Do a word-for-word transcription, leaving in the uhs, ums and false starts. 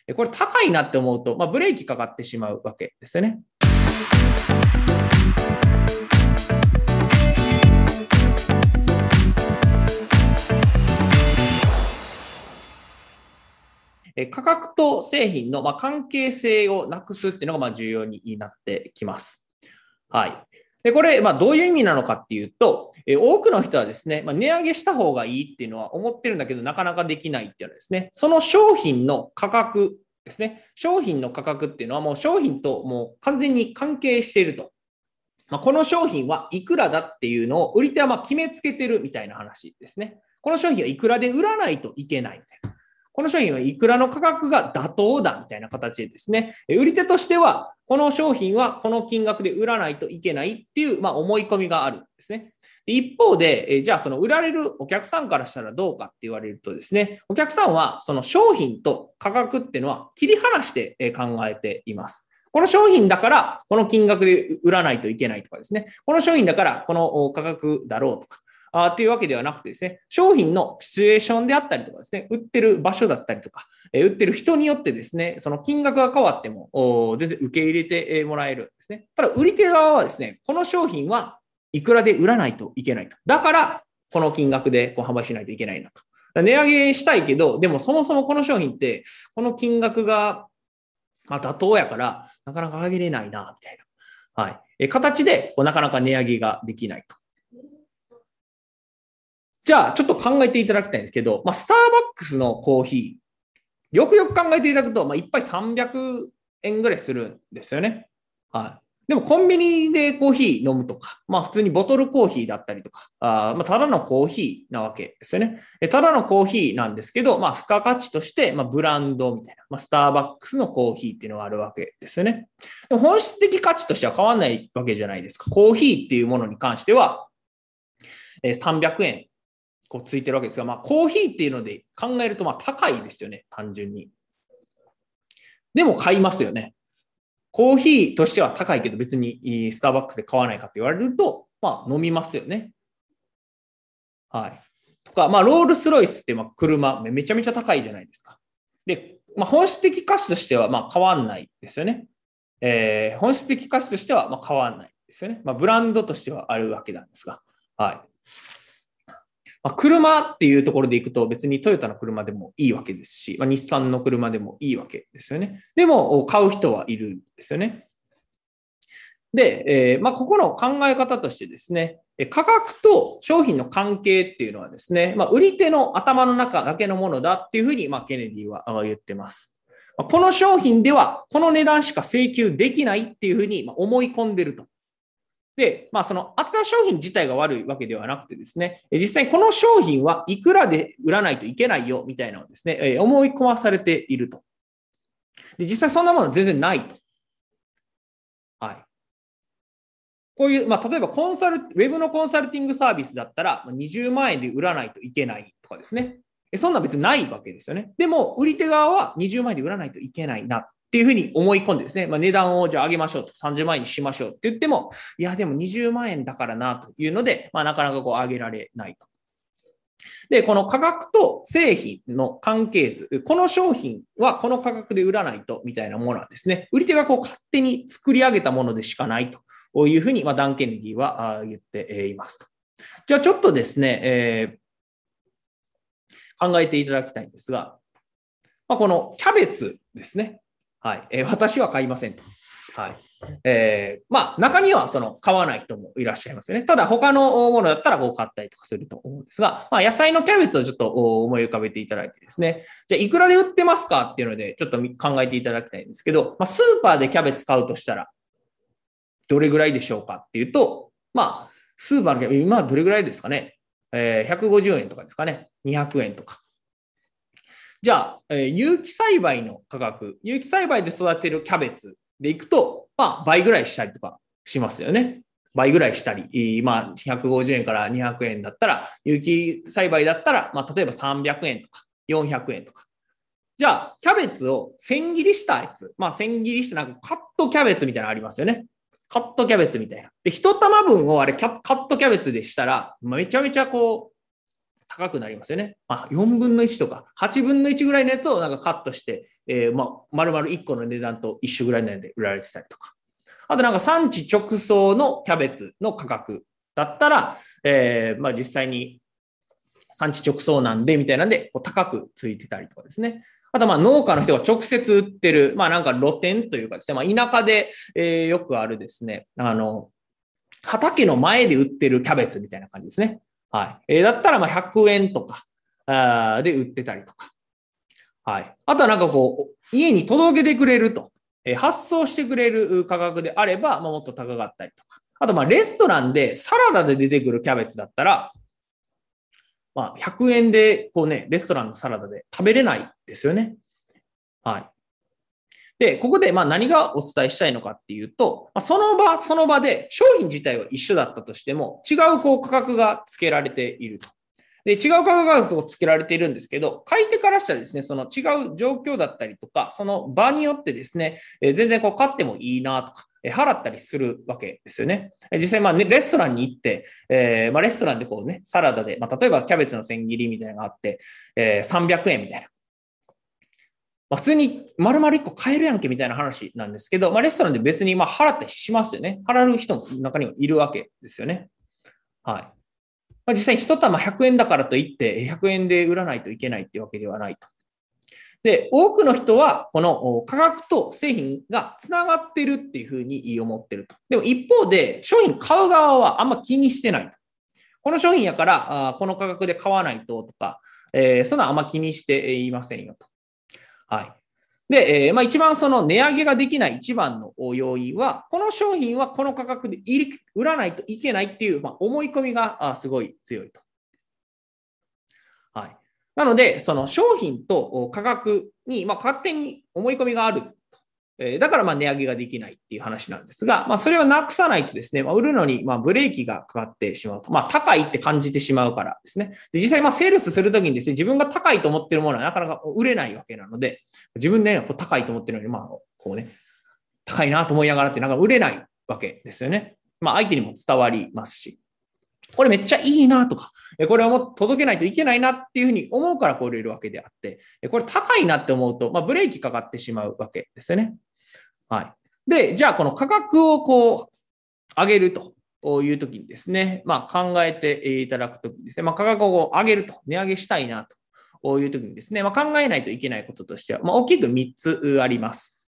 これ高いなって思うと、まあ、ブレーキかかってしまうわけですよね。価格と製品の関係性をなくすっていうのが重要になってきます。はい。で、これ、まあ、どういう意味なのかっていうと、多くの人はですね、まあ、値上げした方がいいっていうのは思ってるんだけど、なかなかできないっていうのはですね、その商品の価格ですね。商品の価格っていうのはもう商品ともう完全に関係していると。まあ、この商品はいくらだっていうのを売り手はまあ決めつけてるみたいな話ですね。この商品はいくらで売らないといけないみたいな。この商品はいくらの価格が妥当だみたいな形でですね、売り手としては、この商品はこの金額で売らないといけないっていう、まあ、思い込みがあるんですね。一方で、じゃあその売られるお客さんからしたらどうかって言われるとですね、お客さんはその商品と価格っていうのは切り離して考えています。この商品だからこの金額で売らないといけないとかですね、この商品だからこの価格だろうとか、あっていうわけではなくてですね、商品のシチュエーションであったりとかですね、売ってる場所だったりとか、売ってる人によってですね、その金額が変わっても全然受け入れてもらえるんですね。ただ、売り手側はですね、この商品はいくらで売らないといけないと。だから、この金額でこう販売しないといけないなと。値上げしたいけど、でもそもそもこの商品って、この金額がまあ妥当やから、なかなか上げれないな、みたいな。はい。え形で、なかなか値上げができないと。じゃあ、ちょっと考えていただきたいんですけど、まあ、スターバックスのコーヒー、よくよく考えていただくと、まあ、いっぱいさんびゃくえんぐらいするんですよね。はい。でも、コンビニでコーヒー飲むとか、まあ、普通にボトルコーヒーだったりとか、あまあ、ただのコーヒーなわけですよね。ただのコーヒーなんですけど、まあ、付加価値として、まあ、ブランドみたいな、まあ、スターバックスのコーヒーっていうのがあるわけですよね。でも本質的価値としては変わらないわけじゃないですか。コーヒーっていうものに関しては、さんびゃくえん。こうついてるわけですが、まあ、コーヒーっていうので考えるとまあ高いですよね、単純に。でも買いますよね。コーヒーとしては高いけど別にスターバックスで買わないかって言われると、まあ飲みますよね。はい。とか、まあロールスロイスってまあ車めちゃめちゃ高いじゃないですか。で、まあ、本質的価値としてはまあ変わんないですよね。えー、本質的価値としてはまあ変わんないですよね。まあブランドとしてはあるわけなんですが。はい。まあ、車っていうところでいくと別にトヨタの車でもいいわけですし、まあ、日産の車でもいいわけですよね。でも買う人はいるんですよね。で、えーまあ、ここの考え方としてですね、価格と商品の関係っていうのはですね、まあ、売り手の頭の中だけのものだっていうふうに、まあ、ケネディは言ってます。この商品ではこの値段しか請求できないっていうふうに思い込んでると。で、まあ、その、扱う商品自体が悪いわけではなくてですね、実際にこの商品はいくらで売らないといけないよ、みたいなのをですね、思い込まされていると。で、実際そんなものは全然ないと。はい。こういう、まあ、例えばコンサル、ウェブのコンサルティングサービスだったら、にじゅうまんえんで売らないといけないとかですね。そんな別にないわけですよね。でも、売り手側はにじゅうまんえんで売らないといけないな。っていうふうに思い込んでですね、まあ、値段をじゃあ上げましょうと、さんじゅうまんえんにしましょうって言っても、いや、でもにじゅうまんえんだからなというので、まあ、なかなかこう上げられないと。で、この価格と製品の関係図、この商品はこの価格で売らないとみたいなものはですね、売り手がこう勝手に作り上げたものでしかないというふうに、まあ、ダン・ケネディは言っていますと。じゃあちょっとですね、えー、考えていただきたいんですが、まあ、このキャベツですね。はい。えー、私は買いませんと。はい。えー、まあ、中にはその買わない人もいらっしゃいますよね。ただ、他のものだったらこう買ったりとかすると思うんですが、まあ、野菜のキャベツをちょっと思い浮かべていただいてですね。じゃあ、いくらで売ってますかっていうので、ちょっと考えていただきたいんですけど、まあ、スーパーでキャベツ買うとしたら、どれぐらいでしょうかっていうと、まあ、スーパーのキャベツ、今はどれぐらいですかね。えー、ひゃくごじゅうえんとかですかね。にひゃくえんとか。じゃあ、えー、有機栽培の価格、有機栽培で育てるキャベツでいくと、まあ、倍ぐらいしたりとかしますよね。倍ぐらいしたり、まあ、ひゃくごじゅうえんからにひゃくえんだったら、有機栽培だったら、まあ、例えばさんびゃくえんとか、よんひゃくえんとか。じゃあ、キャベツを千切りしたやつ、まあ、千切りしたなんかカットキャベツみたいなのありますよね。カットキャベツみたいな。で、一玉分をあれ、カットキャベツでしたら、めちゃめちゃこう、 高くなりますよね。まあ、よんぶんのいちとかはちぶんのいちぐらいのやつをなんかカットして、えー、まあ、丸々いっこの値段と一緒ぐらいの値段で売られてたりとか。あとなんか産地直送のキャベツの価格だったら、えー、まあ実際に産地直送なんでみたいなんでこう高くついてたりとかですね。あとまあ農家の人が直接売ってる、まあなんか露店というかですね、まあ田舎で、えー、よくあるですね、あの、畑の前で売ってるキャベツみたいな感じですね。はい。えー、だったらまあひゃくえんとかあで売ってたりとか。はい。あとはなんかこう、家に届けてくれると、えー、発送してくれる価格であれば、まあ、もっと高かったりとか。あとまあレストランでサラダで出てくるキャベツだったら、まあひゃくえんでこうね、レストランのサラダで食べれないですよね。はい。で、ここでまあ何がお伝えしたいのかっていうと、その場その場で商品自体は一緒だったとしても、違うこう価格が付けられていると。で、違う価格が付けられているんですけど、買い手からしたらですね、その違う状況だったりとか、その場によってですね、全然こう買ってもいいなとか、払ったりするわけですよね。実際、まあ、ね、レストランに行って、えー、まあ、レストランでこうね、サラダで、まあ、例えばキャベツの千切りみたいなのがあって、えー、さんびゃくえんみたいな。まあ、普通に丸々いっこ買えるやんけみたいな話なんですけど、まあ、レストランで別にまあ払ったりしますよね。払う人も中にはいるわけですよね。はい。まあ、実際に一玉ひゃくえんだからといってひゃくえんで売らないといけないっていうわけではないと。で、多くの人はこの価格と製品がつながってるっていうふうに思ってると。でも一方で商品買う側はあんま気にしてない。この商品やからこの価格で買わないととか、えー、そんなあんま気にしていませんよと。はい。で、えーまあ、一番その値上げができない一番の要因は、この商品はこの価格で売らないといけないっていう、まあ、思い込みがすごい強いと。はい。なので、その商品と価格に、まあ、勝手に思い込みがある。だからまあ値上げができないっていう話なんですが、まあ、それをなくさないとですね、まあ、売るのにまあブレーキがかかってしまうと。まあ、高いって感じてしまうからですね。で実際まあセールスするときにですね、自分が高いと思ってるものはなかなか売れないわけなので、自分で、ね、高いと思ってるのに、まあ、こうね、高いなと思いながらってなんか売れないわけですよね。まあ、相手にも伝わりますし。これめっちゃいいなとか、これをもっと届けないといけないなっていうふうに思うからこう売れるわけであって、これ高いなって思うと、まあ、ブレーキかかってしまうわけですよね。はい。で、じゃあこの価格をこう上げるというときにですね、まあ、考えていただくときにですね、まあ、価格を上げると、値上げしたいなというときにですね、まあ、考えないといけないこととしては、まあ、大きくみっつあります。